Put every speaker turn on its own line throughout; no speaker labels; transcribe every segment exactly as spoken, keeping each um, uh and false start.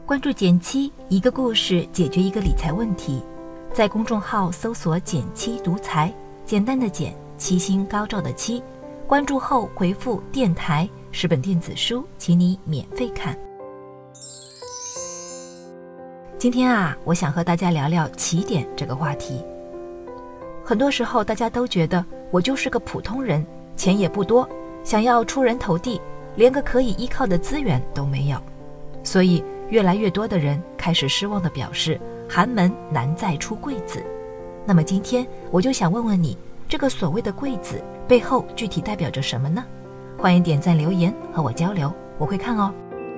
关注减七，一个故事解决一个理财问题。在公众号搜索减七独裁，简单的减，七星高照的七。关注后回复电台，十本电子书，请你免费看。今天啊，我想和大家聊聊起点这个话题。很多时候大家都觉得我就是个普通人，钱也不多，想要出人头地，连个可以依靠的资源都没有。所以越来越多的人开始失望地表示，寒门难再出贵子。那么今天我就想问问你，这个所谓的贵子背后具体代表着什么呢？欢迎点赞留言和我交流，我会看哦。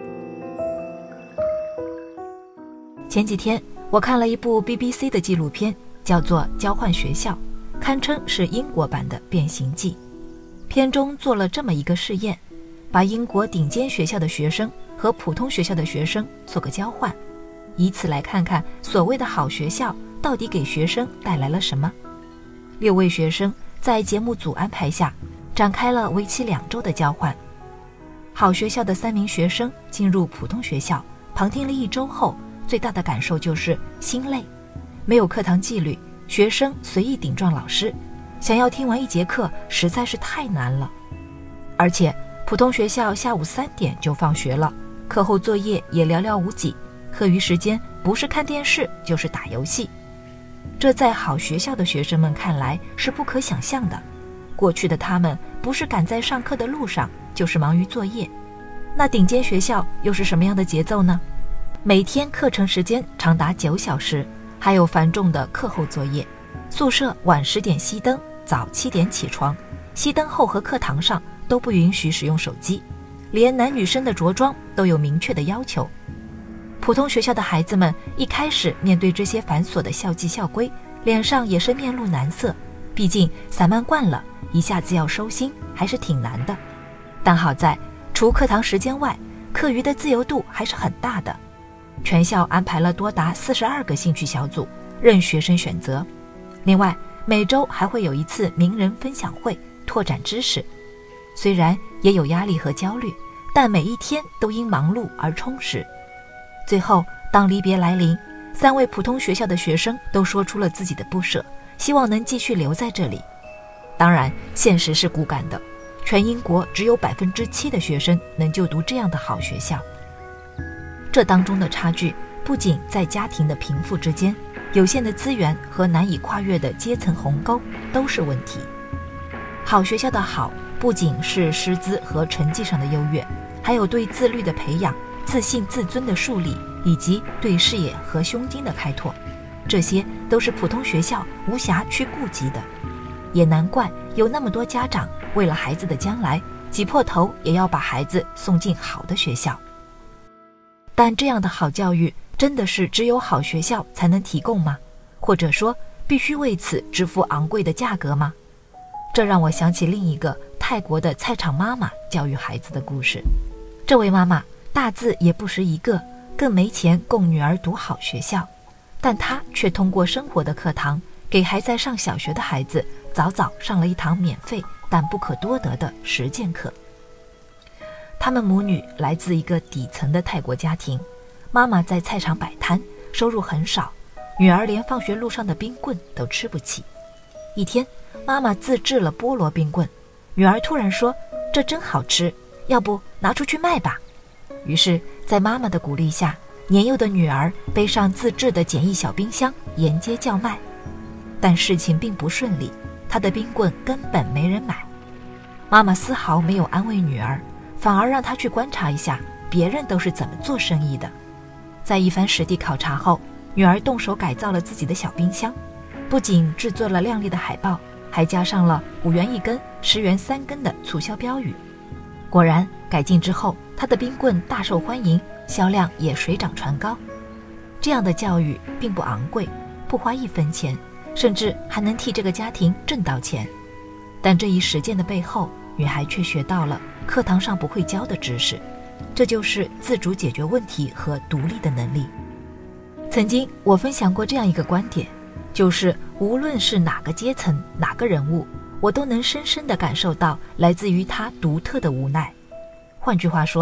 前几天我看了一部 B B C 的纪录片，叫做《交换学校》，堪称是英国版的《变形记》。片中做了这么一个试验，把英国顶尖学校的学生和普通学校的学生做个交换，以此来看看所谓的好学校到底给学生带来了什么。六位学生在节目组安排下展开了为期两周的交换。好学校的三名学生进入普通学校，旁听了一周后，最大的感受就是心累，没有课堂纪律，学生随意顶撞老师，想要听完一节课实在是太难了。而且普通学校下午三点就放学了，课后作业也寥寥无几，课余时间不是看电视就是打游戏。这在好学校的学生们看来是不可想象的。过去的他们不是赶在上课的路上，就是忙于作业。那顶尖学校又是什么样的节奏呢？每天课程时间长达九小时，还有繁重的课后作业。宿舍晚十点熄灯，早七点起床，熄灯后和课堂上都不允许使用手机，连男女生的着装都有明确的要求。普通学校的孩子们一开始面对这些繁琐的校纪校规，脸上也是面露难色，毕竟散漫惯了，一下子要收心还是挺难的。但好在除课堂时间外，课余的自由度还是很大的。全校安排了多达四十二个兴趣小组，任学生选择。另外每周还会有一次名人分享会，拓展知识。虽然也有压力和焦虑，但每一天都因忙碌而充实。最后当离别来临，三位普通学校的学生都说出了自己的不舍，希望能继续留在这里。当然现实是骨感的，全英国只有 百分之七 的学生能就读这样的好学校。这当中的差距不仅在家庭的贫富之间，有限的资源和难以跨越的阶层鸿沟都是问题。好学校的好不仅是师资和成绩上的优越，还有对自律的培养、自信自尊的树立，以及对视野和胸襟的开拓，这些都是普通学校无暇去顾及的。也难怪有那么多家长为了孩子的将来，挤破头也要把孩子送进好的学校。但这样的好教育真的是只有好学校才能提供吗？或者说必须为此支付昂贵的价格吗？这让我想起另一个泰国的菜场妈妈教育孩子的故事。这位妈妈大字也不识一个，更没钱供女儿读好学校，但她却通过生活的课堂，给还在上小学的孩子早早上了一堂免费但不可多得的实践课。他们母女来自一个底层的泰国家庭，妈妈在菜场摆摊，收入很少，女儿连放学路上的冰棍都吃不起。一天，妈妈自制了菠萝冰棍，女儿突然说：“这真好吃，要不拿出去卖吧。”于是在妈妈的鼓励下，年幼的女儿背上自制的简易小冰箱，沿街叫卖。但事情并不顺利，她的冰棍根本没人买。妈妈丝毫没有安慰女儿，反而让她去观察一下别人都是怎么做生意的。在一番实地考察后，女儿动手改造了自己的小冰箱，不仅制作了亮丽的海报，还加上了五元一根、十元三根的促销标语。果然改进之后，她的冰棍大受欢迎，销量也水涨船高。这样的教育并不昂贵，不花一分钱，甚至还能替这个家庭挣到钱。但这一实践的背后，女孩却学到了课堂上不会教的知识，这就是自主解决问题和独立的能力。曾经我分享过这样一个观点，就是无论是哪个阶层、哪个人物，我都能深深地感受到来自于他独特的无奈。换句话说，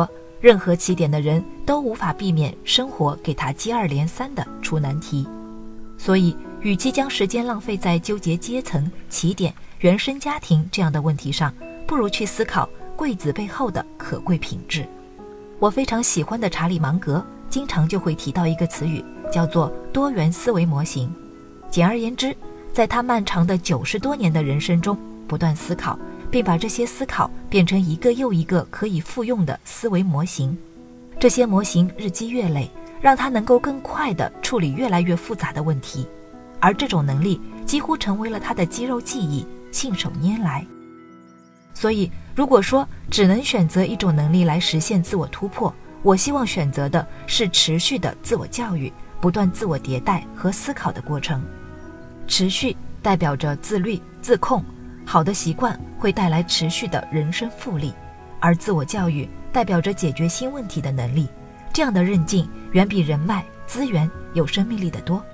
任何起点的人都无法避免生活给他接二连三的出难题。所以与其将时间浪费在纠结阶层、起点、原生家庭这样的问题上，不如去思考贵子背后的可贵品质。我非常喜欢的查理芒格经常就会提到一个词语，叫做多元思维模型。简而言之，在他漫长的九十多年的人生中，不断思考，并把这些思考变成一个又一个可以复用的思维模型。这些模型日积月累，让他能够更快地处理越来越复杂的问题，而这种能力几乎成为了他的肌肉记忆，信手拈来。所以如果说只能选择一种能力来实现自我突破，我希望选择的是持续的自我教育，不断自我迭代和思考的过程。持续代表着自律、自控，好的习惯会带来持续的人生复利，而自我教育代表着解决新问题的能力，这样的韧劲远比人脉、资源有生命力得多。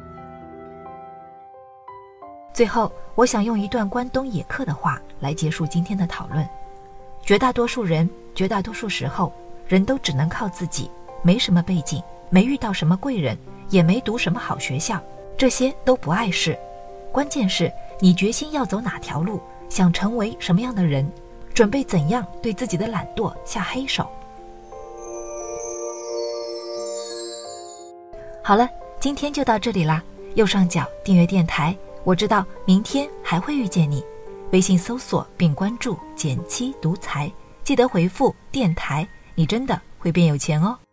最后，我想用一段关东野客的话来结束今天的讨论。绝大多数人，绝大多数时候，人都只能靠自己，没什么背景，没遇到什么贵人，也没读什么好学校，这些都不碍事。关键是你决心要走哪条路，想成为什么样的人，准备怎样对自己的懒惰下黑手。好了，今天就到这里啦。右上角订阅电台，我知道明天还会遇见你。微信搜索并关注减七独裁，记得回复电台，你真的会变有钱哦。